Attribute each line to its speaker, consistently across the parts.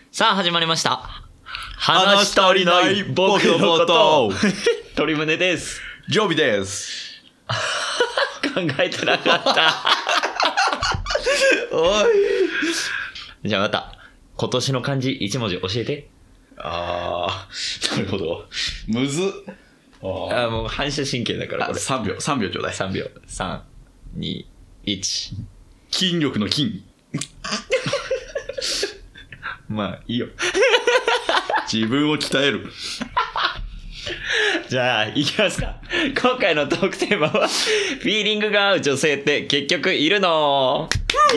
Speaker 1: さあ始まりました。
Speaker 2: 話し足りない僕のこと
Speaker 1: 鳥胸です。
Speaker 2: ジョビです。
Speaker 1: 考えてなかった
Speaker 2: おい。
Speaker 1: じゃあまた今年の漢字1文字教えて。
Speaker 2: なるほど。むずっ。
Speaker 1: もう反射神経だからこれ。
Speaker 2: 3秒ちょうだい。
Speaker 1: 3秒。3、2、1。
Speaker 2: 筋力の筋。
Speaker 1: まあいいよ。
Speaker 2: 自分を鍛える。
Speaker 1: じゃあいきますか。今回のトークテーマはフィーリングが合う女性って結局いるの？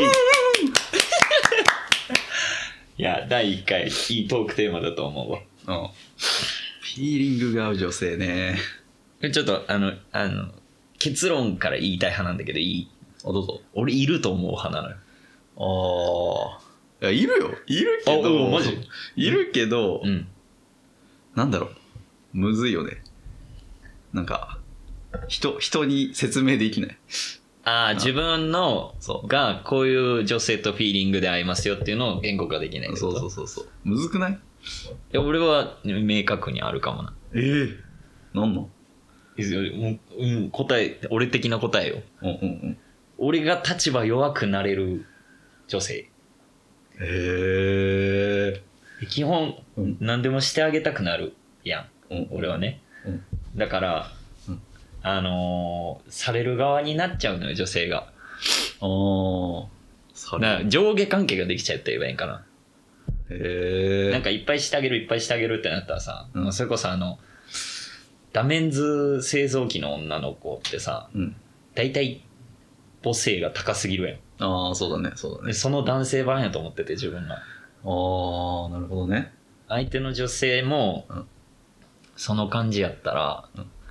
Speaker 1: いや第1回いいトークテーマだと思うわ。
Speaker 2: フィーリングが合う女性ね。
Speaker 1: ちょっと結論から言いたい派なんだけどいい？
Speaker 2: どうぞ。
Speaker 1: 俺いると思う派なのよ。
Speaker 2: いや、いるよ。いるけど。
Speaker 1: マジ？
Speaker 2: いるけど、
Speaker 1: うん。
Speaker 2: なんだろう。むずいよね。なんか、人に説明できない。
Speaker 1: 自分のがこういう女性とフィーリングで合いますよっていうのを言語化できない。
Speaker 2: そう。むずくない？
Speaker 1: いや俺は明確にあるかもな。
Speaker 2: なんの？
Speaker 1: 答え、俺的な答えよ。俺が立場弱くなれる女性。基本、何でもしてあげたくなるやん、俺はね、だから、される側になっちゃうのよ女性が。だから上下関係ができちゃうって言えばいいんかな。なんかいっぱいしてあげるってなったらさ、それこそダメンズ製造機の女の子ってさ、大体母性が高すぎるやん。
Speaker 2: そうだね。
Speaker 1: でその男性版やと思ってて自分が。
Speaker 2: なるほどね。
Speaker 1: 相手の女性も、その感じやったら、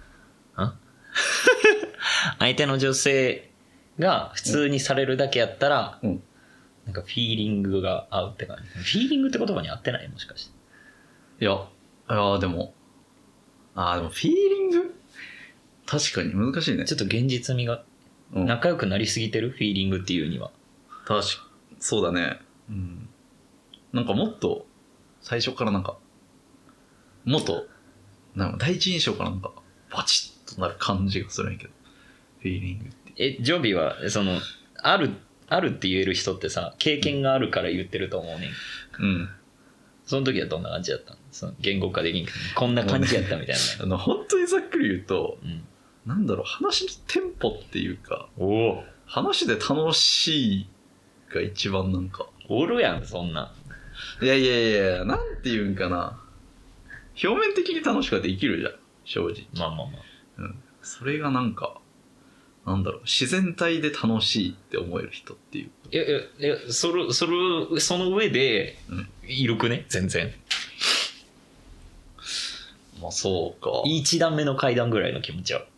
Speaker 1: 相手の女性が普通にされるだけやったら、なんかフィーリングが合うって感じ。フィーリングって言葉に合ってない？もしかして。
Speaker 2: でもフィーリング確かに難しいね。
Speaker 1: ちょっと現実味が仲良くなりすぎてる、フィーリングっていうには。
Speaker 2: そうだね。なんかもっと最初からなんかもっと第一印象からなんかパチッとなる感じがするんやけど、フィーリングって。
Speaker 1: ジョビはあるって言える人ってさ、経験があるから言ってると思うねん。その時はどんな感じだったの？その言語化できんけどこんな感じやったみたいな。
Speaker 2: 本当にざっくり言うと、なんだろう、話のテンポっていうか、話で楽しいが一番なんか。
Speaker 1: おるやんそんな。
Speaker 2: いやなんて言うんかな、表面的に楽しくはできるじゃん正直。それがなんかなんだろう、自然体で楽しいって思える人っていう。
Speaker 1: いやその上でいるくね全然。
Speaker 2: そうか。
Speaker 1: 1段目の階段ぐらいの気持ちは。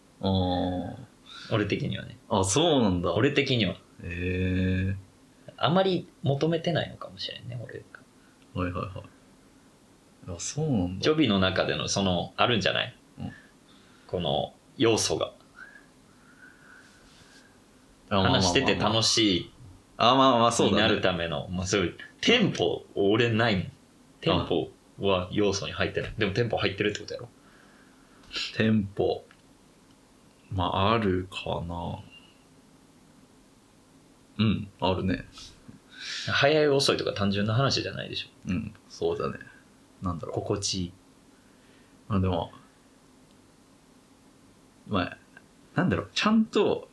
Speaker 1: 俺的にはね。
Speaker 2: そうなんだ。
Speaker 1: 俺的には。あまり求めてないのかもしれんね俺が。
Speaker 2: そうなんだ。
Speaker 1: ジョビの中でのあるんじゃない？この要素が。話してて楽しいになるための、そういうテンポ俺ないもん。テンポは要素に入ってない。でもテンポ入ってるってことやろ？
Speaker 2: テンポあるかな。あるね。
Speaker 1: 早い遅いとか単純な話じゃないでしょ。
Speaker 2: そうだね。なんだろう、
Speaker 1: 心地いい。
Speaker 2: でもなんだろう、ちゃんと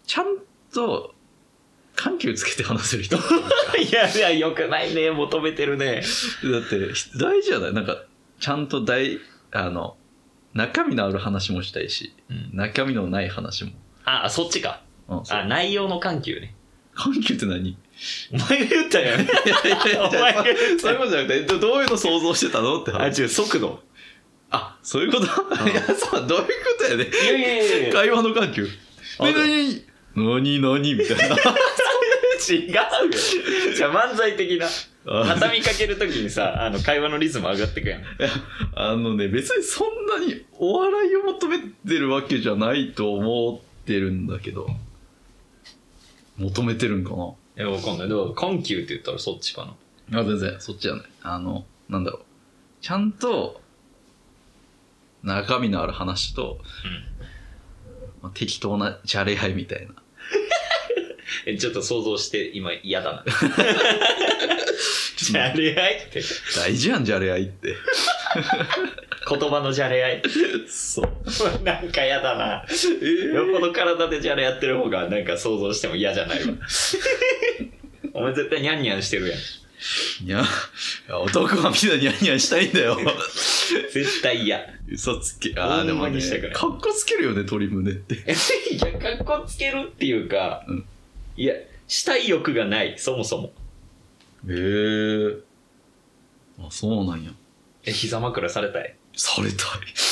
Speaker 2: 緩急つけて話せる人。い
Speaker 1: やよくないね、求めてるね。
Speaker 2: だって大事じゃない？なんかちゃんと中身のある話もしたいし、中身のない話も。
Speaker 1: そっちか。内容の緩急ね。
Speaker 2: 緩急って何？
Speaker 1: お前が言ったよ。
Speaker 2: そういうことじゃなくて、どういうの想像してたのって話。
Speaker 1: 違う、速度。
Speaker 2: そういうこと？どういうことやね。
Speaker 1: いや
Speaker 2: 会話の緩急。何みたいな。
Speaker 1: 違うよ。じゃあ漫才的な。畳みかけるときにさ、会話のリズム上がってくやん。
Speaker 2: 別にそんなにお笑いを求めてるわけじゃないと思ってるんだけど、求めてるんかな。
Speaker 1: わかんない。だから緩急って言ったらそっちかな。
Speaker 2: 全然そっちじゃない。なんだろう、ちゃんと中身のある話と、まあ、適当なじゃれ合いみたいな。
Speaker 1: ちょっと想像して今嫌だな。じゃれ合いって
Speaker 2: 大事やん、じゃれ合いって
Speaker 1: 言葉のじゃれ合い。そうなんか嫌だな、よっぽど体でじゃれ合ってる方がなんか想像しても嫌じゃないわ。お前絶対ニャンニャンしてるやん。
Speaker 2: いや男はみんなニャンニャンしたいんだよ。
Speaker 1: 絶対嫌。
Speaker 2: 嘘つけ。でもね、かっこつけるよね、鶏胸って。
Speaker 1: いや、かっこつけるっていうか、
Speaker 2: うん、
Speaker 1: いや、したい欲がない、そもそも。
Speaker 2: あ、そうなんや。
Speaker 1: 膝枕されたい？
Speaker 2: されたい。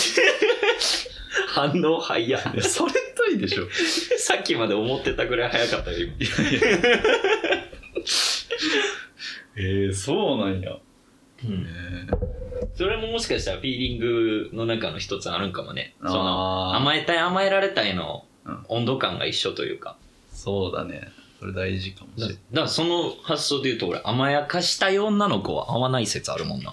Speaker 1: 反応早い。
Speaker 2: されたいでしょ。
Speaker 1: さっきまで思ってたぐらい早かったよ、今。
Speaker 2: そうなんや。
Speaker 1: それももしかしたらフィーリングの中の一つあるんかもね。その甘えたい甘えられたいの温度感が一緒というか。
Speaker 2: そうだね。それ大事かもしれない。
Speaker 1: だからその発想で言うと俺甘やかしたい女の子は合わない説あるもんな。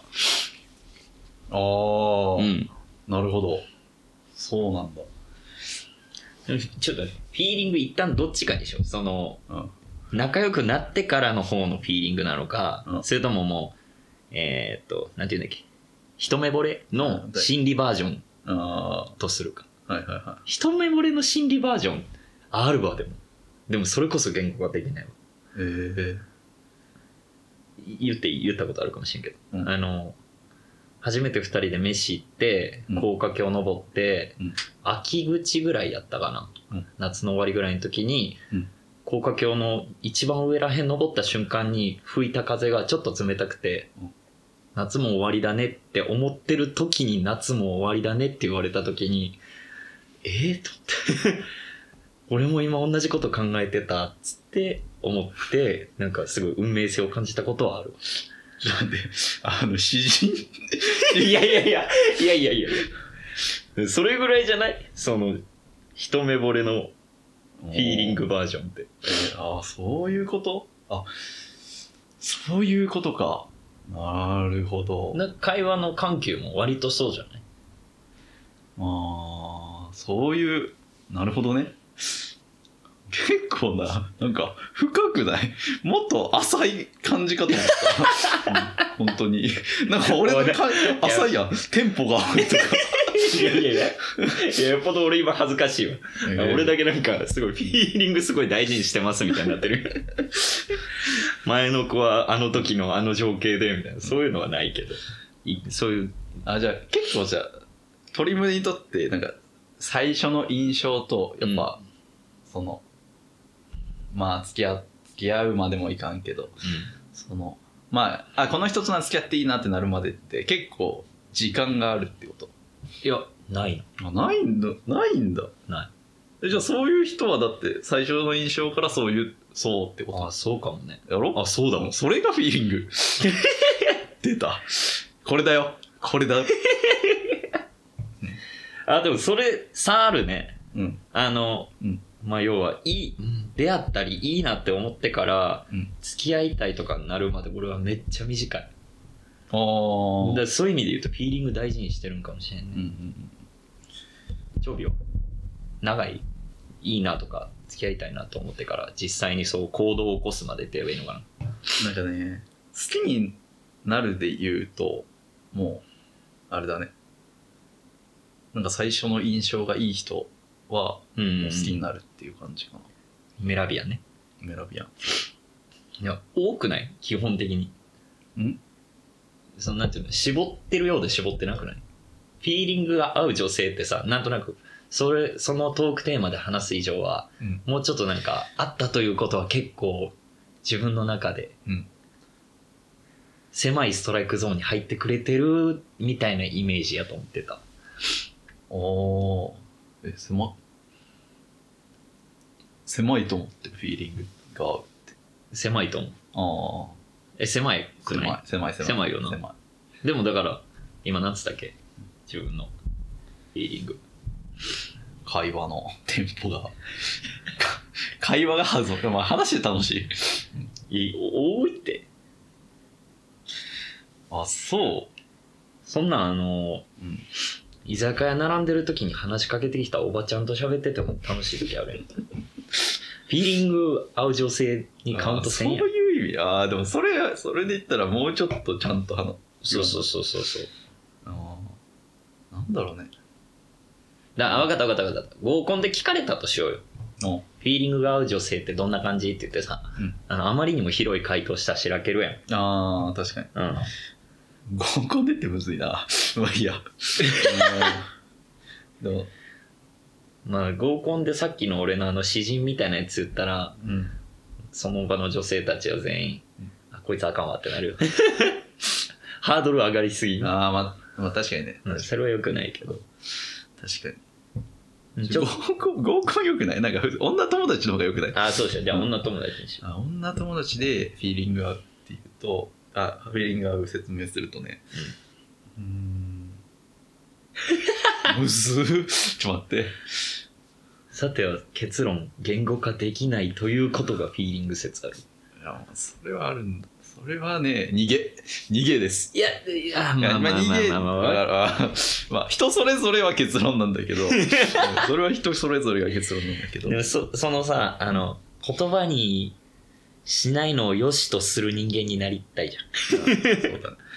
Speaker 2: なるほど。そうなんだ。
Speaker 1: ちょっとフィーリング一旦どっちかでしょ。その、仲良くなってからの方のフィーリングなのか、それとももうなんていうんだっけ、一目惚れの心理バージョンとするか。一目惚れの心理バージョンあるわ。でもそれこそ言語ができないわ。言ったことあるかもしれんけど、初めて2人で飯行って高架橋登って、秋口ぐらいやったかな、夏の終わりぐらいの時に、高架橋の一番上らへん登った瞬間に吹いた風がちょっと冷たくて、夏も終わりだねって思ってる時に夏も終わりだねって言われた時にと思って俺も今同じこと考えてたっつって思って、なんかすごい運命性を感じたことはある。
Speaker 2: なんで詩人
Speaker 1: いやそれぐらいじゃない？その一目惚れのフィーリングバージョンって。
Speaker 2: そういうこと？そういうことか。なるほど。
Speaker 1: 会話の緩急も割とそうじゃない？
Speaker 2: そういう、なるほどね。結構なんか深くない？もっと浅い感じかと思った。本当に。なんか俺の浅いやん。テンポがとか。
Speaker 1: いや、よっぽど俺今恥ずかしいわ。俺だけなんかすごいフィーリングすごい大事にしてますみたいになってる。前の子はあの時のあの情景でみたいな、そういうのはないけど。そういう。
Speaker 2: じゃあ結構鳥胸にとってなんか最初の印象とやっぱ、そのまあ付き合うまでもいかんけど、そのまあこの人と付き合っていいなってなるまでって結構時間があるってこと？
Speaker 1: いや、ない
Speaker 2: ないんだ。
Speaker 1: ない。
Speaker 2: じゃあそういう人はだって最初の印象からそうってこと？
Speaker 1: そうかもね。
Speaker 2: やろ？そうだもん。それがフィーリング。出た。これだよ。これだ。
Speaker 1: でもそれ差あるね。まあ要は出会ったりいいなって思ってから付き合いたいとかになるまで俺はめっちゃ短い。だからそういう意味で言うとフィーリング大事にしてるんかもしれんね。長秒長いいいなとか付き合いたいなと思ってから実際にそう行動を起こすまでって言えばいいのかな。
Speaker 2: なんかね、好きになるで言うともうあれだね、なんか最初の印象がいい人はもう好きになるっていう感じかな。
Speaker 1: メラビアンね。
Speaker 2: メラビアン。
Speaker 1: いや多くない？基本的に。そのなんていうの、絞ってるようで絞ってなくない？フィーリングが合う女性ってさ、なんとなくそのトークテーマで話す以上は、もうちょっとなんかあったということは結構自分の中で、狭いストライクゾーンに入ってくれてるみたいなイメージやと思ってた。
Speaker 2: 狭いと思ってるフィーリングが合うって。
Speaker 1: 狭いと思う。狭いくない？狭いよな。でもだから今何つったっけ？自分のフィーリング。
Speaker 2: 会話のテンポが会話が弾む。まあ話で楽しい。
Speaker 1: 多いって。
Speaker 2: あ、そ
Speaker 1: そんなん
Speaker 2: うん。
Speaker 1: 居酒屋並んでる時に話しかけてきたおばちゃんと喋ってても楽しい時あるやん。フィーリング合う女性にカウントせんやん。
Speaker 2: そういう意味。ああ、でもそれで言ったらもうちょっとちゃんと
Speaker 1: そう。
Speaker 2: ああ、なんだろうね。
Speaker 1: 分かった。合コンで聞かれたとしようよ。
Speaker 2: お
Speaker 1: フィーリングが合う女性ってどんな感じって言ってさ、あまりにも広い回答したらしらけるやん。
Speaker 2: ああ、確かに。合コンでってむずいな。まあいいや。でも
Speaker 1: まあ合コンでさっきの俺の詩人みたいなやつ言ったら、その場の女性たちは全員、あ、こいつあかんわってなるよ。ハードル上がりすぎ。
Speaker 2: ああ、まあ確かにね。
Speaker 1: それは良くないけど。
Speaker 2: 確かに。合コン良くない？なんか女友達の方が良くない？
Speaker 1: ああ、そうでしょ。じゃあ女友達にしよ
Speaker 2: う。女友達でフィーリング合うっていうと、フィーリング合う説明するとね。むずー。ちょっと待って。
Speaker 1: さては結論、言語化できないということがフィーリング説ある。
Speaker 2: いや、それはあるんだ。それはね、逃げです。
Speaker 1: いや、ま
Speaker 2: あ人それぞれは結論なんだけど、それは人それぞれが結論なんだけど。
Speaker 1: でもそのさ、言葉にしないのを良しとする人間になりたいじゃん。そうだね。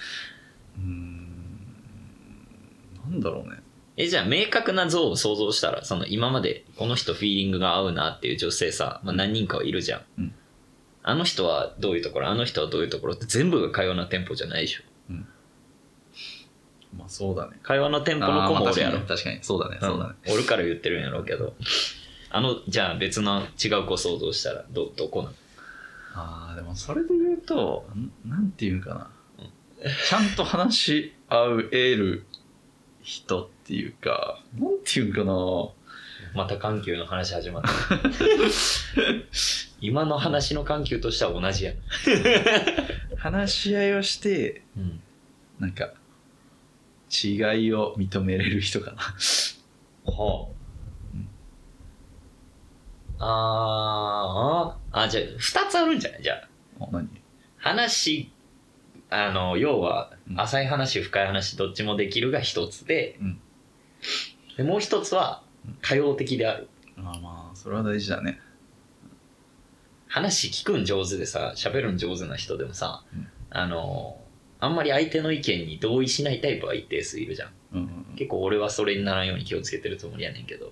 Speaker 2: なんだろうね。
Speaker 1: じゃあ明確な像を想像したら、その今までこの人フィーリングが合うなっていう女性さ、何人かはいるじゃん。あの人はどういうところ、あの人はどういうところって全部が会話のテンポじゃないでしょ。
Speaker 2: まあそうだね。
Speaker 1: 会話のテンポの子もおるやろ。
Speaker 2: 確かに。そうだね。
Speaker 1: おるから言ってるんやろうけど。じゃあ別の違う子想像したらどこなの？
Speaker 2: ああ、でもそれで言うと、なんていうんかな。ちゃんと話し合える人っていうか、なんていうんかな。
Speaker 1: また緩急の話始まった。今の話の緩急としては同じやん。
Speaker 2: 話し合いをして、なんか違いを認めれる人かな。
Speaker 1: はあ。じゃあ2つあるんじゃない？じゃあ。
Speaker 2: 何？
Speaker 1: 話、要は浅い話、深い話どっちもできるが一つで、でもう一つは多様的である。
Speaker 2: まあそれは大事だね。
Speaker 1: 話聞くん上手でさ、喋るん上手な人でもさ、あんまり相手の意見に同意しないタイプは一定数いるじゃん。結構俺はそれにならんように気をつけてるつもりやねんけど、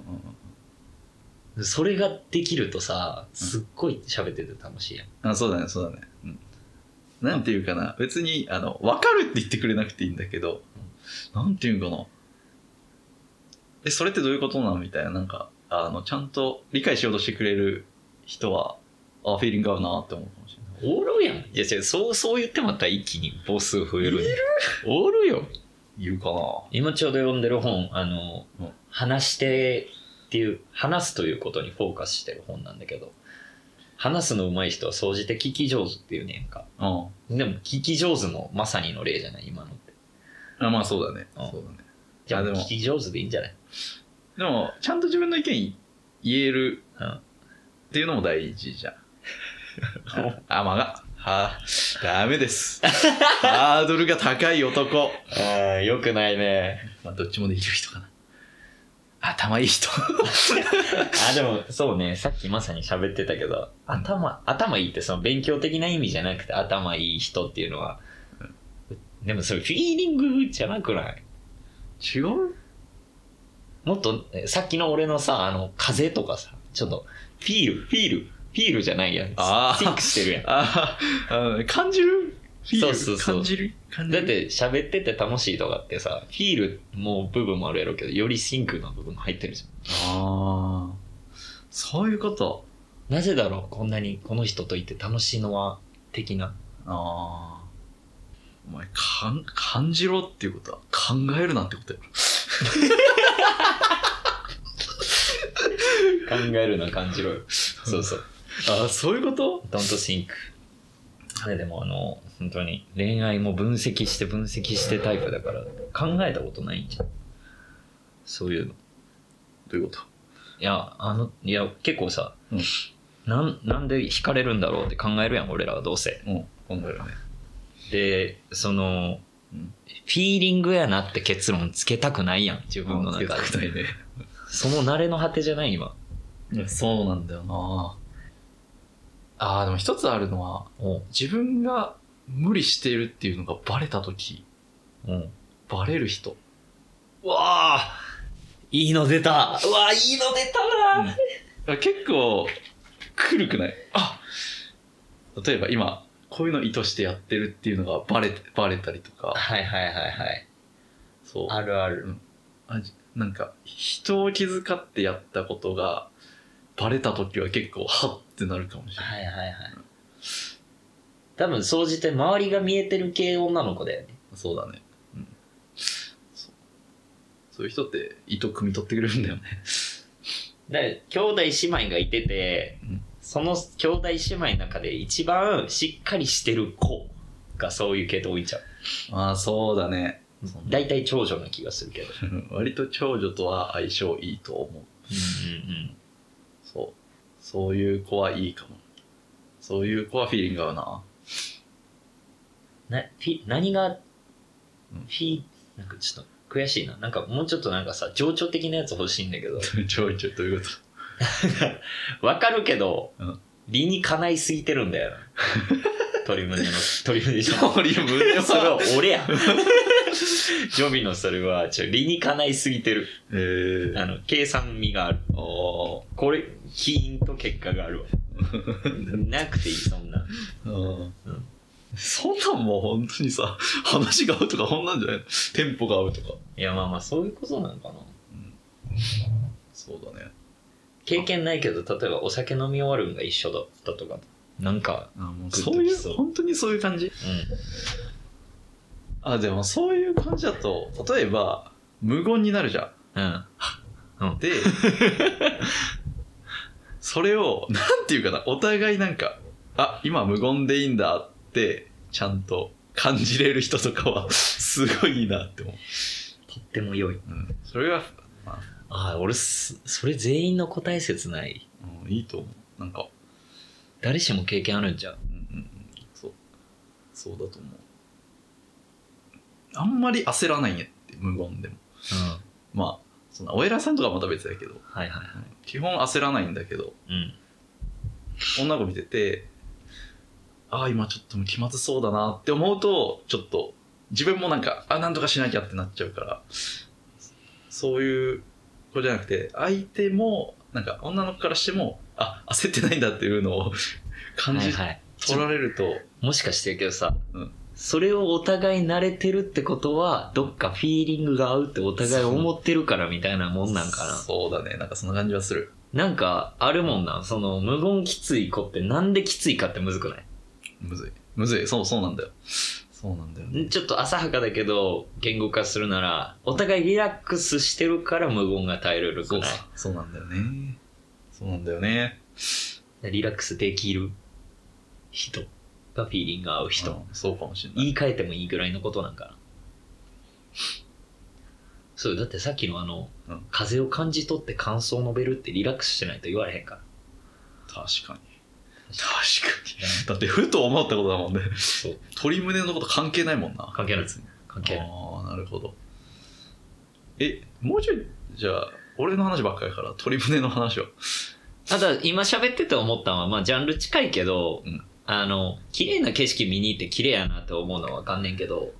Speaker 1: それができるとさ、すっごい喋ってて楽しいやん。
Speaker 2: そうだね。なんていうかな、別に分かるって言ってくれなくていいんだけど、なんていうかな、それってどういうことなのみたいな、なんかちゃんと理解しようとしてくれる人はフィーリング合うなって思うかもしれない。
Speaker 1: おるやん。いやそう言ってもらったら一気に母数増える。おるよ。
Speaker 2: いるかな。
Speaker 1: 今ちょうど読んでる本、話してっていう、話すということにフォーカスしてる本なんだけど、話すの上手い人は総じて聞き上手っていうねんか。でも聞き上手もまさにの例じゃない今のって。
Speaker 2: まあそうだね。
Speaker 1: じゃあ聞き上手でいいんじゃない？
Speaker 2: でもちゃんと自分の意見言えるっていうのも大事じゃん。ダメです。ハードルが高い男。
Speaker 1: よくないね。
Speaker 2: どっちもできる人かな。頭いい人。
Speaker 1: でもそうね、さっきまさに喋ってたけど、頭いいってその勉強的な意味じゃなくて頭いい人っていうのは、でもそれフィーリングじゃなくない？
Speaker 2: 違う？
Speaker 1: もっとさっきの俺のさ、風とかさ、ちょっとフィールじゃないやん。シンクしてるやん。
Speaker 2: 感じる？
Speaker 1: そう
Speaker 2: 感じる？
Speaker 1: だって喋ってて楽しいとかってさ、フィールも部分もあるやろうけど、よりシンクな部分も入ってるじ
Speaker 2: ゃん。そういうこと。
Speaker 1: なぜだろう、こんなにこの人といて楽しいのは的な。
Speaker 2: お前感じろっていうことは考えるなってことやろ。
Speaker 1: 考えるな、感じろよ。そう。
Speaker 2: そういうこと？
Speaker 1: Don't think。でも本当に恋愛も分析してタイプだから考えたことないんじゃん。そういうの。
Speaker 2: どういうこと？
Speaker 1: いや結構さ、なんで惹かれるんだろうって考えるやん俺らはどうせ。
Speaker 2: 考えるね。
Speaker 1: で、その、
Speaker 2: うん
Speaker 1: フィーリングやなって結論つけたくないやん、自分の中で。
Speaker 2: つけたくないね。
Speaker 1: その慣れの果てじゃない今。
Speaker 2: いやそうなんだよな。でも一つあるのは、自分が無理してるっていうのがバレたとき、バレる人。
Speaker 1: うわあいいの出た。うわあいいの出たな、
Speaker 2: 結構、来るくない？例えば今、こういうの意図してやってるっていうのがバレたりとか。
Speaker 1: はいはいはいはい。
Speaker 2: そう。
Speaker 1: あるある。
Speaker 2: なんか、人を気遣ってやったことが、バレた時は結構、はってなるかもしれない。
Speaker 1: はいはいはい。多分、総じて周りが見えてる系女の子だよね。
Speaker 2: そうだね。そういう人って意図汲み取ってくれるんだよね。
Speaker 1: で、兄弟姉妹がいてて、その兄弟姉妹の中で一番しっかりしてる子がそういう系統多いんちゃう。
Speaker 2: そうだね。
Speaker 1: 大体長女な気がするけど。
Speaker 2: 割と長女とは相性いいと思う。そういう子はいいかも。そういう子はフィーリング合うな。
Speaker 1: 何が、なんかちょっと悔しいな。なんかもうちょっとなんかさ、情緒的なやつ欲しいんだけど。
Speaker 2: ちょいどういうこと？
Speaker 1: わかるけど、理にかないすぎてるんだよな。鳥胸でしょ。
Speaker 2: 鳥胸は
Speaker 1: それは俺や。ジョビのそれは理にかないすぎてる。計算味がある。これ、起因と結果があるわ。なくていい、そんな。
Speaker 2: そんなんもう本当にさ、話が合うとかこんなんじゃないの？テンポが合うとか。
Speaker 1: いやまあそういうことなのかな。
Speaker 2: そうだね。
Speaker 1: 経験ないけど、例えばお酒飲み終わるんが一緒だったとか、なんか、
Speaker 2: そういう、本当にそういう感じ？でもそういう感じだと、例えば、無言になるじゃん。で、それを、なんていうかな、お互いなんか、今無言でいいんだって、ちゃんと感じれる人とかは、すごいいいなって思う。
Speaker 1: とっても良い。
Speaker 2: それが、
Speaker 1: 俺、それ全員の答え説ない。
Speaker 2: いいと思う。なんか。
Speaker 1: 誰しも経験あるんじゃん。
Speaker 2: そうだと思う。あんまり焦らないんやって、無言でも。そんな、お偉さんとかはまた別だけど。基本焦らないんだけど、女の子見てて、今ちょっと気まずそうだなって思うと、ちょっと、自分もなんか、なんとかしなきゃってなっちゃうから、そういう子じゃなくて、相手も、なんか女の子からしても、焦ってないんだっていうのを感じ取られると。
Speaker 1: もしかしてるけどさ、それをお互い慣れてるってことは、どっかフィーリングが合うってお互い思ってるからみたいなもんなんかな。
Speaker 2: そうだね。なんかそんな感じはする。
Speaker 1: なんか、あるもんな。その、無言きつい子ってなんできついかってむずくない？
Speaker 2: むずい。そうなんだよ。そうなんだよね。
Speaker 1: ちょっと浅はかだけど、言語化するなら、お互いリラックスしてるから無言が耐えれるくない？
Speaker 2: そうなんだよね。そうなんだよね。
Speaker 1: リラックスできる人がフィーリングが合う人。
Speaker 2: そうかもしれない。
Speaker 1: 言い換えてもいいぐらいのことなんかな。そう、だってさっきの風を感じ取って感想を述べるってリラックスしてないと言われへんから。
Speaker 2: 確かに。だってふと思ったことだもんね。鳥胸のこと関係ないもんな。
Speaker 1: 関係ないですね。関係ない。
Speaker 2: なるほど。もうちょい、じゃあ、俺の話ばっかりから鳥胸の話は。
Speaker 1: ただ今喋ってて思ったのは、ジャンル近いけど、綺麗な景色見に行って綺麗やなって思うのはわかんねんけど、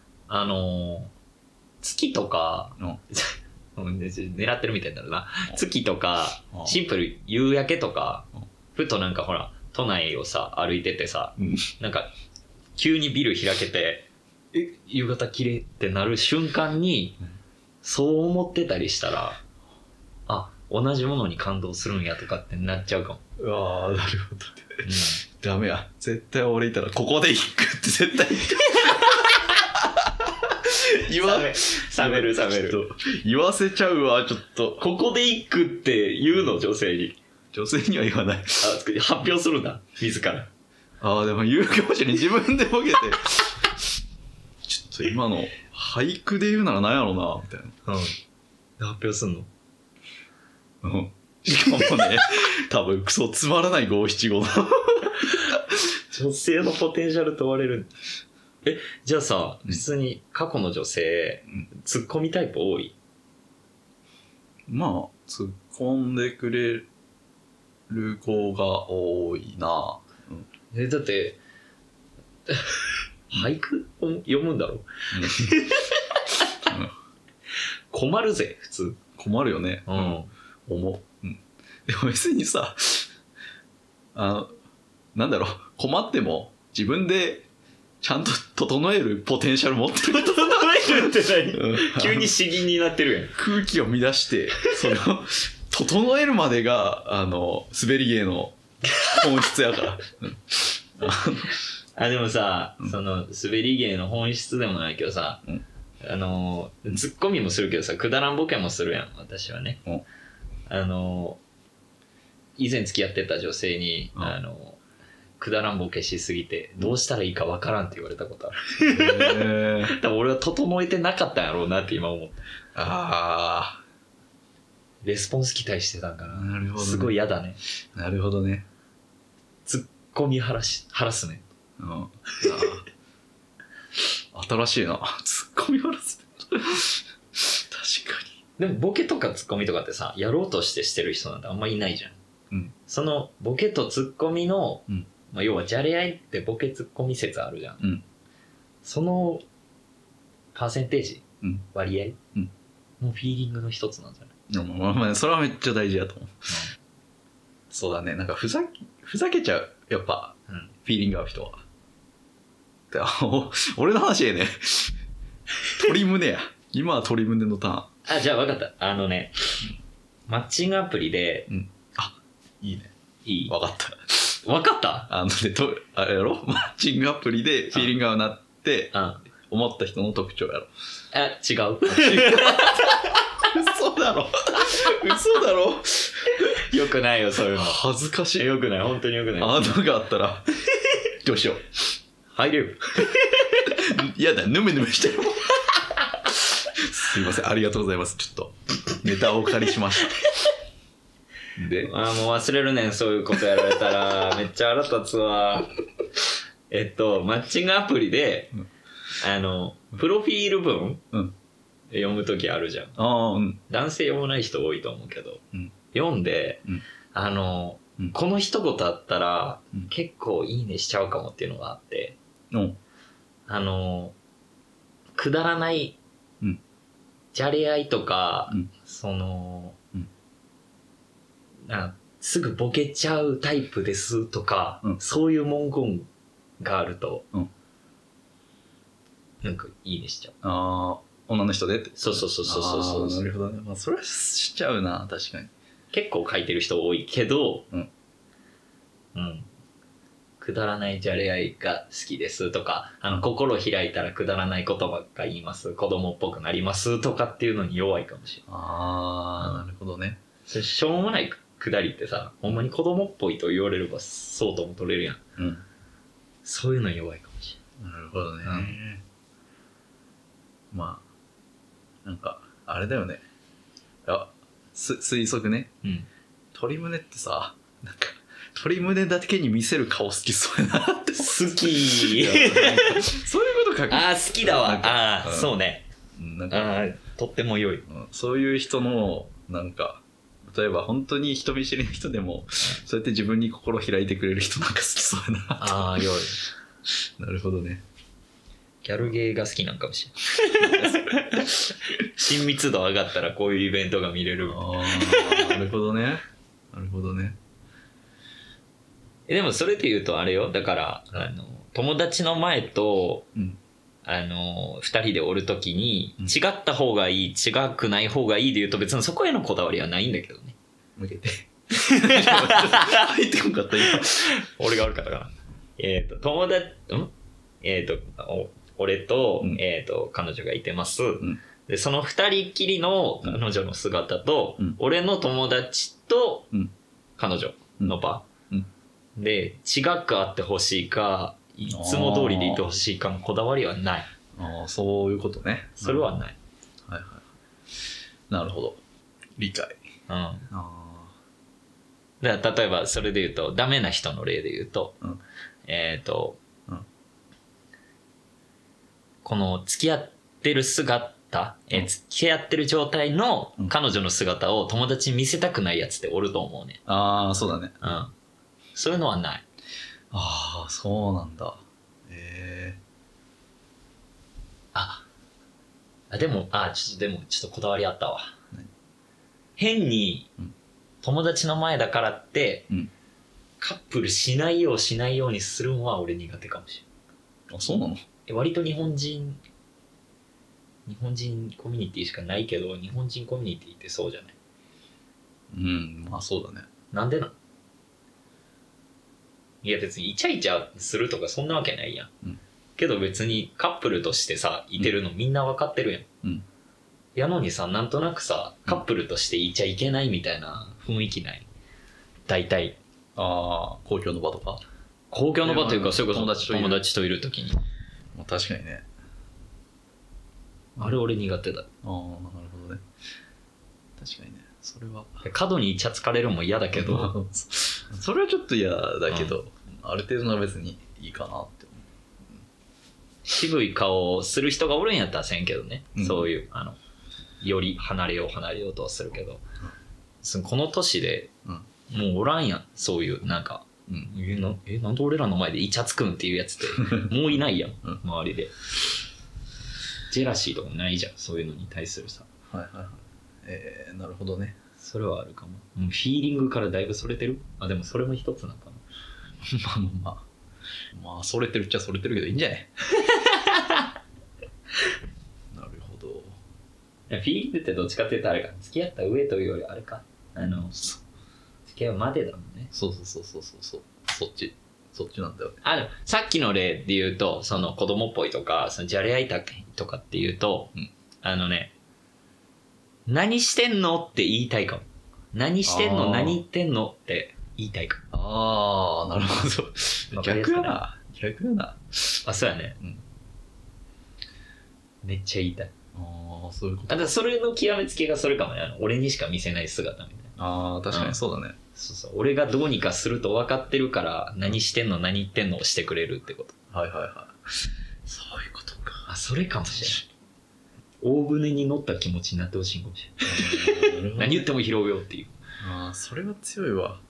Speaker 1: 月とか、狙ってるみたいになるな。月とか、シンプル夕焼けとか、ふとなんかほら、都内をさ、歩いててさ、なんか、急にビル開けて、夕方綺麗ってなる瞬間に、そう思ってたりしたら、同じものに感動するんやとかってなっちゃうかも。
Speaker 2: なるほどね。ダメや。絶対俺いたら、ここで行くって絶対
Speaker 1: 冷める。
Speaker 2: 言わせちゃうわ、ちょっと。
Speaker 1: ここで行くって言うの、女性に。
Speaker 2: 女性には言わない。
Speaker 1: 発表するんだ、自ら。
Speaker 2: でも言うかもしれない。自分でボケて。ちょっと今の、俳句で言うなら何やろうな、みたいな。
Speaker 1: 発表すんの？
Speaker 2: しかもね、多分クソつまらない五七五の。
Speaker 1: 女性のポテンシャル問われる。 じゃあさ、普通に過去の女性、ツッコミタイプ多い？
Speaker 2: まあ、突っ込んでくれる子が多いな。
Speaker 1: だって、俳句を読むんだろ？困るぜ、普通。
Speaker 2: 困るよね。思う。でも別にさ、なんだろう、困っても自分でちゃんと整えるポテンシャル持ってる。
Speaker 1: 整えるって何？急に詩吟になってるやん。
Speaker 2: 空気を乱して、それを整えるまでが、滑り芸の本質やから。
Speaker 1: でもさ、その、滑り芸の本質でもないけどさ、ツッコミもするけどさ、くだらんボケもするやん、私はね。以前付き合ってた女性に、くだらんボケしすぎて、どうしたらいいかわからんって言われたことある。多分俺は整えてなかったんやろうなって今思った。レスポンス期待してたんかな。
Speaker 2: なるほどね。
Speaker 1: すごい嫌だね。
Speaker 2: なるほどね。
Speaker 1: ツッコミハラスメン
Speaker 2: ト。新しいな。ツッコミハラスメント。確かに。
Speaker 1: でもボケとかツッコミとかってさ、やろうとしてる人なんてあんまいないじゃん。そのボケとツッコミの、要はじゃれ合いってボケツッコミ説あるじゃん。そのパーセンテージ、割合、のフィーリングの一つなんじゃない？
Speaker 2: まあ、それはめっちゃ大事だと思う。そうだね。なんかふざけちゃう。やっぱ、フィーリング合う人は。俺の話ね。鳥胸や。今は鳥胸のターン。
Speaker 1: じゃあ分かった。マッチングアプリで、
Speaker 2: いいね。
Speaker 1: いい？
Speaker 2: 分かった。
Speaker 1: 分かった？
Speaker 2: あれやろ？マッチングアプリでフィーリング合うなって思った人の特徴やろ。
Speaker 1: 違う。
Speaker 2: 嘘だろ。嘘だろ。
Speaker 1: よくないよ、そういうの。
Speaker 2: 恥ずかしい。
Speaker 1: よくない、本当によくない。
Speaker 2: があったら、どうしよう。
Speaker 1: 入れる。
Speaker 2: やだ、ヌメヌメしてるもん。すいません、ありがとうございます。ちょっと、ネタをお借りしました。で
Speaker 1: もう忘れるねん、そういうことやられたら。めっちゃ腹立つわ。マッチングアプリで、プロフィール文、読むときあるじゃん。男性読まない人多いと思うけど、読んで、この一言あったら、結構いいねしちゃうかもっていうのがあって、くだらない、じゃれ合いとか、すぐボケちゃうタイプですとか、そういう文言があると、なんかいいねしちゃう。
Speaker 2: 女の人でって。
Speaker 1: そう。
Speaker 2: なるほどね。まあ、それはしちゃうな、確かに。
Speaker 1: 結構書いてる人多いけど、くだらないじゃれ合いが好きですとか、心開いたらくだらない言葉が言います、子供っぽくなりますとかっていうのに弱いかもしれない。
Speaker 2: なるほどね。
Speaker 1: しょうもないくだりってさ、ほんまに子供っぽいと言われればそうとも取れるやん。そういうの弱いかもしれない。
Speaker 2: なるほどね。まあ、なんか、あれだよね。推測ね。鳥胸ってさ、なんか、鳥胸だけに見せる顔好きそうやなって。
Speaker 1: 好き。
Speaker 2: そういうこと書く。
Speaker 1: 好きだわ。そうね。とっても良い。
Speaker 2: そういう人の、なんか、例えば本当に人見知りの人でも、そうやって自分に心開いてくれる人なんか好きそうやな。
Speaker 1: 良い。
Speaker 2: なるほどね。
Speaker 1: ギャルゲーが好きなんかもしれない。親密度上がったらこういうイベントが見れる。
Speaker 2: なるほどね。なるほどね。
Speaker 1: でもそれで言うとあれよ。だから、友達の前と、二人でおるときに、違った方がいい、違くない方がいいで言うと別にそこへのこだわりはないんだけどね。
Speaker 2: 向けて。入ってこんかった今。
Speaker 1: 俺が悪かったかな。友達、俺と、彼女がいてます。で、その二人きりの彼女の姿と、俺の友達と彼女の場。で、違くあってほしいか、いつも通りでいてほしいかのこだわりはない。
Speaker 2: そういうことね。
Speaker 1: それはない。
Speaker 2: はいはい。なるほど。理解。
Speaker 1: だから例えばそれで言うと、ダメな人の例で言うと、 この付き合ってる姿、付き合ってる状態の彼女の姿を友達に見せたくないやつっておると思うね。
Speaker 2: ああ、そうだね。
Speaker 1: うん。そういうのはない。
Speaker 2: ああ、そうなんだ。
Speaker 1: でもちょっとこだわりあったわ。変に友達の前だからって、カップルしないようにするのは俺苦手かもしれない。
Speaker 2: あ、そうなの？
Speaker 1: 割と日本人コミュニティしかないけど、日本人コミュニティってそうじゃない？
Speaker 2: うん、まあそうだね。
Speaker 1: なんでなん？いや別にイチャイチャするとかそんなわけないやん。けど別にカップルとしてさ、いてるのみんな分かってるやん。やのにさ、なんとなくさ、カップルとしていちゃいけないみたいな雰囲気ない？大体。
Speaker 2: 公共の場とか？
Speaker 1: 公共の場というか、それこそ
Speaker 2: 友達
Speaker 1: といるときに。
Speaker 2: まあ、確かにね。
Speaker 1: あれ俺苦手だ。
Speaker 2: なるほどね。確かにね。それは。
Speaker 1: 過度にイチャつかれるのも嫌だけど。
Speaker 2: それはちょっと嫌だけど、ある程度は別にいいかなって思う。
Speaker 1: 渋い顔をする人がおるんやったらせんけどね。そういう、より離れようとはするけど。この年で、もうおらんやん。そういう、なんか、なんで俺らの前でイチャつくんっていうやつってもういないやん、周りで。ジェラシーとかもないじゃん、そういうのに対するさ。
Speaker 2: はいはいはい。なるほどね。
Speaker 1: それはあるかも。フィーリングからだいぶそれてる？でもそれも一つなのかな。
Speaker 2: まあそれてるっちゃそれてるけどいいんじゃない？なるほど。
Speaker 1: フィーリングってどっちかって言ったらあれか、付き合った上というよりあれか、付き合うまでだもんね。
Speaker 2: そう。そっちなんだよね。
Speaker 1: でもさっきの例で言うと、その子供っぽいとか、そのじゃれ合いたいとかって言うと、何してんのって言いたいかも。何してんの何言ってんのって言いたいかも。
Speaker 2: なるほど。逆やな。
Speaker 1: そうやね。めっちゃ言いたい。
Speaker 2: そういうこと。
Speaker 1: それの極めつけがそれかもね。俺にしか見せない姿みたいな。
Speaker 2: 確かにそうだね。
Speaker 1: そう。俺がどうにかすると分かってるから、何してんの何言ってんのをしてくれるってこと。
Speaker 2: はい。そういうことか。
Speaker 1: それかもしれない。大船に乗った気持ちになってほしいかもしれない。何言っても拾うよっていう。
Speaker 2: それは強いわ。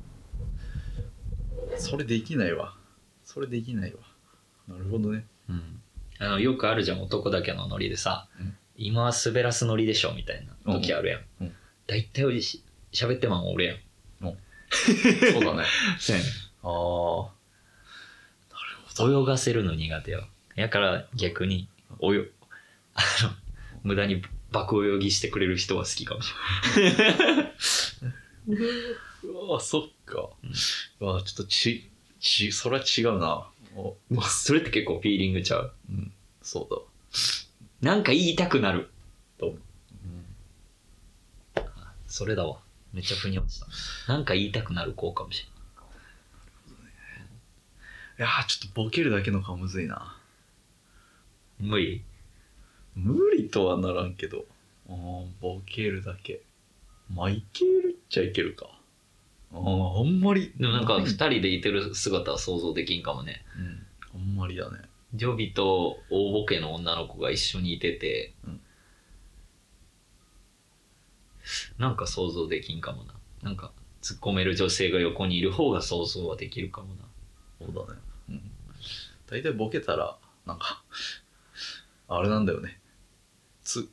Speaker 2: それできないわ。なるほどね。
Speaker 1: よくあるじゃん、男だけのノリでさ、今は滑らすノリでしょみたいな時あるやん。大体俺喋ってまん俺やん。
Speaker 2: そうだね。
Speaker 1: そうやね。なるほど。泳がせるの苦手よ。やから逆に無駄に爆泳ぎしてくれる人は好きかもしれない。
Speaker 2: そっか。ちょっとそれは違うな。
Speaker 1: それって結構フィーリングちゃう。
Speaker 2: そう
Speaker 1: だ。なんか言いたくなると思う。それだわ。めっちゃ腑に落ちた。なんか言いたくなる子かもしれない。
Speaker 2: いやちょっとボケるだけの顔むずいな。
Speaker 1: 無理
Speaker 2: とはならんけど、ボケるだけ。いけるっちゃいけるか。あんまり。
Speaker 1: でもなんか2人でいてる姿は想像できんかもね。
Speaker 2: あんまりだね。
Speaker 1: ジョビと大ボケの女の子が一緒にいてて、なんか想像できんかもな。なんか突っ込める女性が横にいる方が想像はできるかもな。
Speaker 2: そうだね。大体ボケたらなんかあれなんだよね。突っ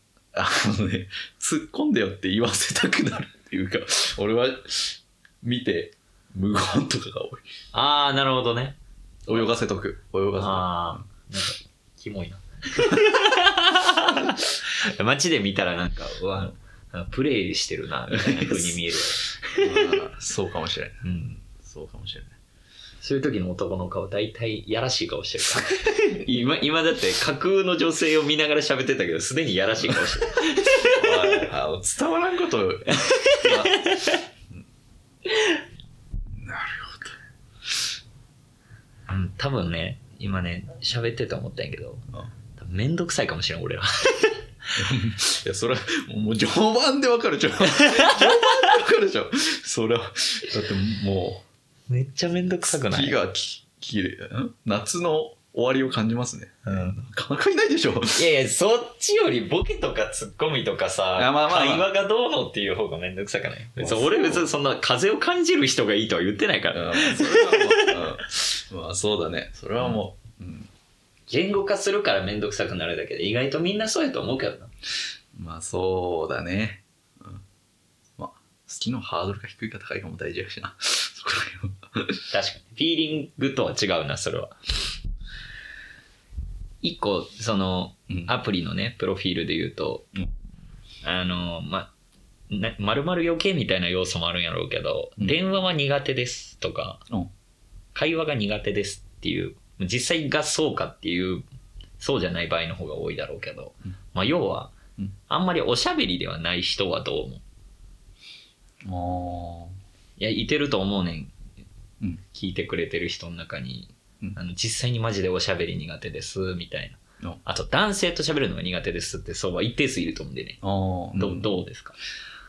Speaker 2: 込んでよって言わせたくなるっていうか、俺は見て無言とかが多い。
Speaker 1: なるほどね。
Speaker 2: 泳がせとく。
Speaker 1: なんかキモいな。街で見たらなんかプレイしてるなみたいな風に見える。
Speaker 2: そうかもしれない。そうかもしれない。
Speaker 1: そういう時の男の顔大体やらしい顔してるから今だって架空の女性を見ながら喋ってたけどすでにやらしい顔してる。
Speaker 2: 伝わらんことなる
Speaker 1: ほど。多分ね今ね喋ってて思ったんやけど、多分めんどくさいかもしれん俺は。
Speaker 2: いやそれはもう序盤でわかるじゃん。それはだってもう
Speaker 1: めっちゃめんどくさくない？
Speaker 2: 木がきれい。夏の終わりを感じますね。
Speaker 1: うん
Speaker 2: なかなかいないでしょ。
Speaker 1: いやいや、そっちよりボケとかツッコミとかさ、
Speaker 2: まあまあまあ
Speaker 1: 会話がどうのっていう方がめんどくさくない？別に
Speaker 2: まあ
Speaker 1: 俺別にそんな風を感じる人がいいとは言ってないから。
Speaker 2: それはもう、まあそうだね。それはもう、
Speaker 1: 言語化するからめんどくさくなるだけで、意外とみんなそうやと思うけどな。
Speaker 2: まあそうだね。まあ、好きのハードルが低いか高いかも大事やしな。そこら辺は。
Speaker 1: 確かに。フィーリングとは違うな、それは。一個、その、アプリのね、プロフィールで言うと、丸々余計みたいな要素もあるんやろうけど、電話は苦手ですとか、会話が苦手ですっていう、実際がそうかっていう、そうじゃない場合の方が多いだろうけど、まあ要は、あんまりおしゃべりではない人はどう思う？いや、いてると思うねん。聞いてくれてる人の中に、実際にマジでおしゃべり苦手ですみたいな。あと男性と喋るのが苦手ですってそうは一定数いると思うんでね。どうですか？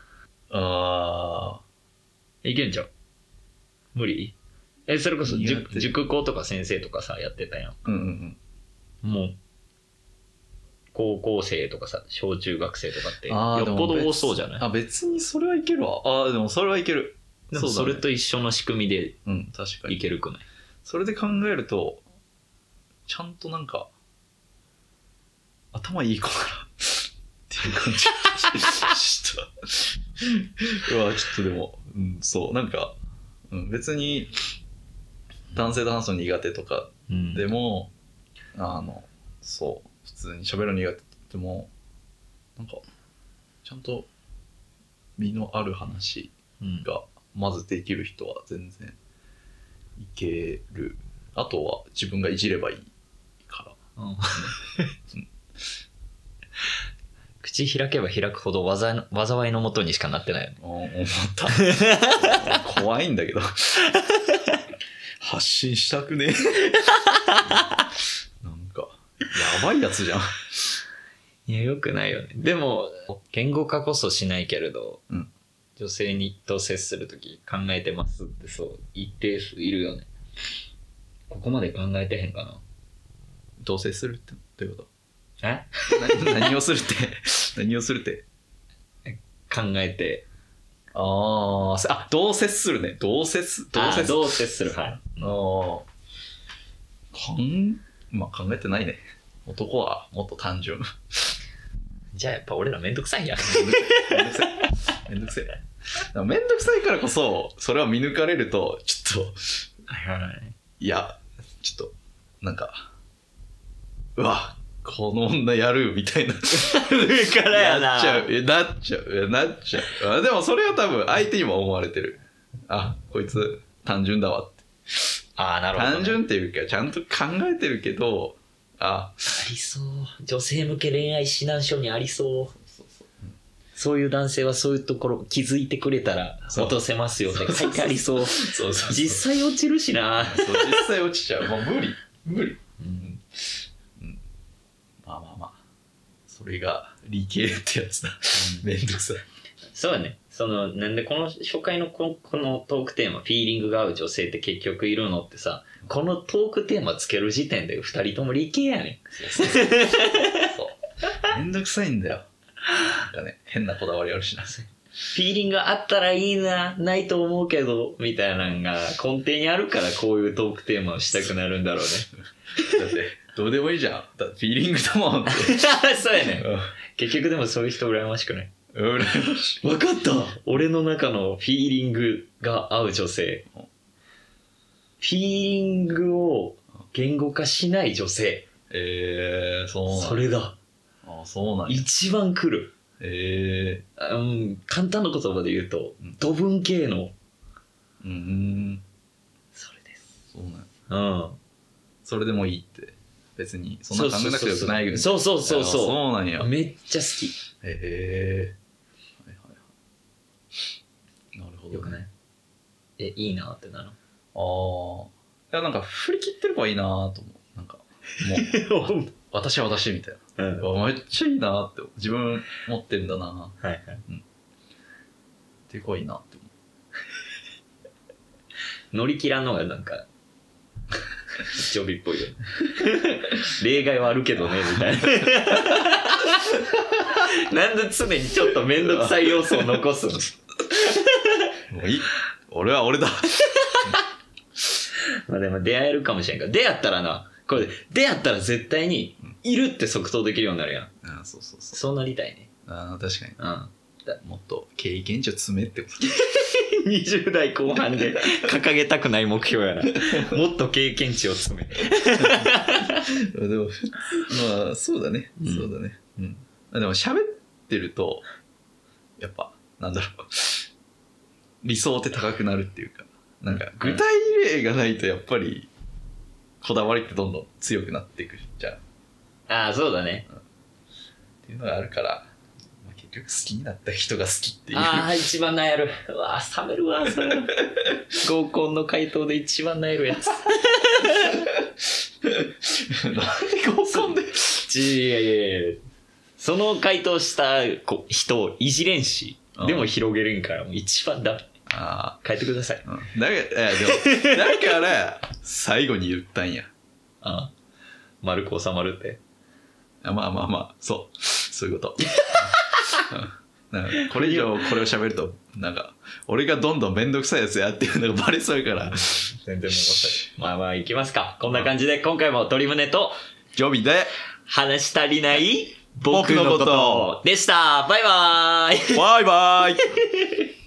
Speaker 1: いけんじゃん。無理？それこそ塾講とか先生とかさやってたやん。もう高校生とかさ小中学生とかってよっぽど多そうじゃない？
Speaker 2: 別にそれはいけるわ。でもそれはいける。
Speaker 1: でもそれと一緒の仕組みで
Speaker 2: 確かに
Speaker 1: いけるくない？
Speaker 2: それで考えるとちゃんとなんか頭いい子かなっていう感じしたうわちょっとでも、そうなんか、別に男性と話すの苦手とかでも、そう普通に喋るの苦手って言ってもなんかちゃんと身のある話がまずできる人は全然いける。あとは自分がいじればいいから、
Speaker 1: 口開けば開くほど災いのもとにしかなってないよね。
Speaker 2: 思った怖いんだけど発信したくねなんかやばいやつじゃん。
Speaker 1: いやよくないよね。でも言語化こそしないけれど、女性にと接するとき考えてますってそう一定数いるよね。ここまで考えてへんかな。
Speaker 2: 同棲するってどういうこと？何をするって
Speaker 1: 考えて
Speaker 2: 同棲するね。同棲
Speaker 1: する。はい。
Speaker 2: まあ考えてないね。男はもっと単純。
Speaker 1: じゃあやっぱ俺らめんどくさいやん。
Speaker 2: めんどくせえ。めんどくさいからこそそれは見抜かれるとちょっといやちょっとなんかうわこの女やるみたいな
Speaker 1: からやな。
Speaker 2: なっちゃう。でもそれは多分相手にも思われてる。こいつ単純だわって。
Speaker 1: なるほど、ね、
Speaker 2: 単純っていうかちゃんと考えてるけど
Speaker 1: ありそう。女性向け恋愛指南書にありそう。そういう男性はそういうところ気づいてくれたら落とせますよって書いてありそう。実際落ちるしな。
Speaker 2: 実際落ちちゃう。もう無理。まあそれが理系ってやつだ。めんどくさい。
Speaker 1: そうだね。なんでこの初回のこのトークテーマフィーリングが合う女性って結局いるのってさ、このトークテーマつける時点で2人とも理系やねん。そう
Speaker 2: めんどくさいんだよ。なんかね変なこだわりあるしな。
Speaker 1: フィーリングあったらいいな、ないと思うけどみたいなのが根底にあるからこういうトークテーマをしたくなるんだろうね。
Speaker 2: だってどうでもいいじゃん。フィーリングだもんって。
Speaker 1: そうやね。結局でもそういう人羨ましくない？
Speaker 2: 羨ましい。
Speaker 1: 分かった。俺の中のフィーリングが合う女性。フィーリングを言語化しない女性。それだ。
Speaker 2: そうなんや。
Speaker 1: 一番来る。簡単な言葉で言うと、土文系の。それです。
Speaker 2: そうなんや。それでもいいって別にそんな考えなくてよくないけど。
Speaker 1: そう
Speaker 2: そうなんや。
Speaker 1: めっちゃ好き。
Speaker 2: なるほど、ね、
Speaker 1: よくない？いいなってなる。
Speaker 2: いやなんか振り切ってればいいなと思う。なんかもう私は私みたいな、めっちゃいいなって自分持ってんだな。ってこいいなって思う。
Speaker 1: 乗り切らんのがなんかジョビっぽいよ。例外はあるけどね、みたいな。なんで常にちょっとめんどくさい要素を残すの？
Speaker 2: もういい。俺は俺だ。
Speaker 1: まあでも出会えるかもしれんから。出会ったらな、これ出会ったら絶対にいるって即答できるようになるやん。
Speaker 2: ああ、そうそうそう。
Speaker 1: そうなりたいね。
Speaker 2: ああ、確かに。
Speaker 1: うん。
Speaker 2: もっと経験値を詰めってこと。
Speaker 1: 20代後半で掲げたくない目標やな。もっと経験値を詰め。
Speaker 2: でも、まあ、そうだね。そうだね。うん。でも喋ってると、やっぱ、なんだろう。理想って高くなるっていうか、なんか、具体例がないとやっぱり、こだわりってどんどん強くなっていくじゃん。
Speaker 1: ああ、そうだね。
Speaker 2: っていうのがあるから、結局好きになった人が好きっていう。
Speaker 1: ああ、一番悩る。うわ冷めるわ、それ。合コンの回答で一番悩るやつ。
Speaker 2: なんで合コンで
Speaker 1: いやいやいや、その回答した人をいじれんし、でも広げれんからもう一番ダメ。
Speaker 2: ああ。
Speaker 1: 変えてください。
Speaker 2: だから最後に言ったんや。
Speaker 1: ああ、丸く収まるって。
Speaker 2: まあ、そういうこと。なんかこれ以上これを喋ると、なんか、俺がどんどんめんどくさいやつやっていうのがバレそうやから。
Speaker 1: 全然もうまあ行きますか。こんな感じで今回も鳥胸と
Speaker 2: ジョビで
Speaker 1: 話し足りない僕のことでした。バイバーイ。
Speaker 2: バイバイ。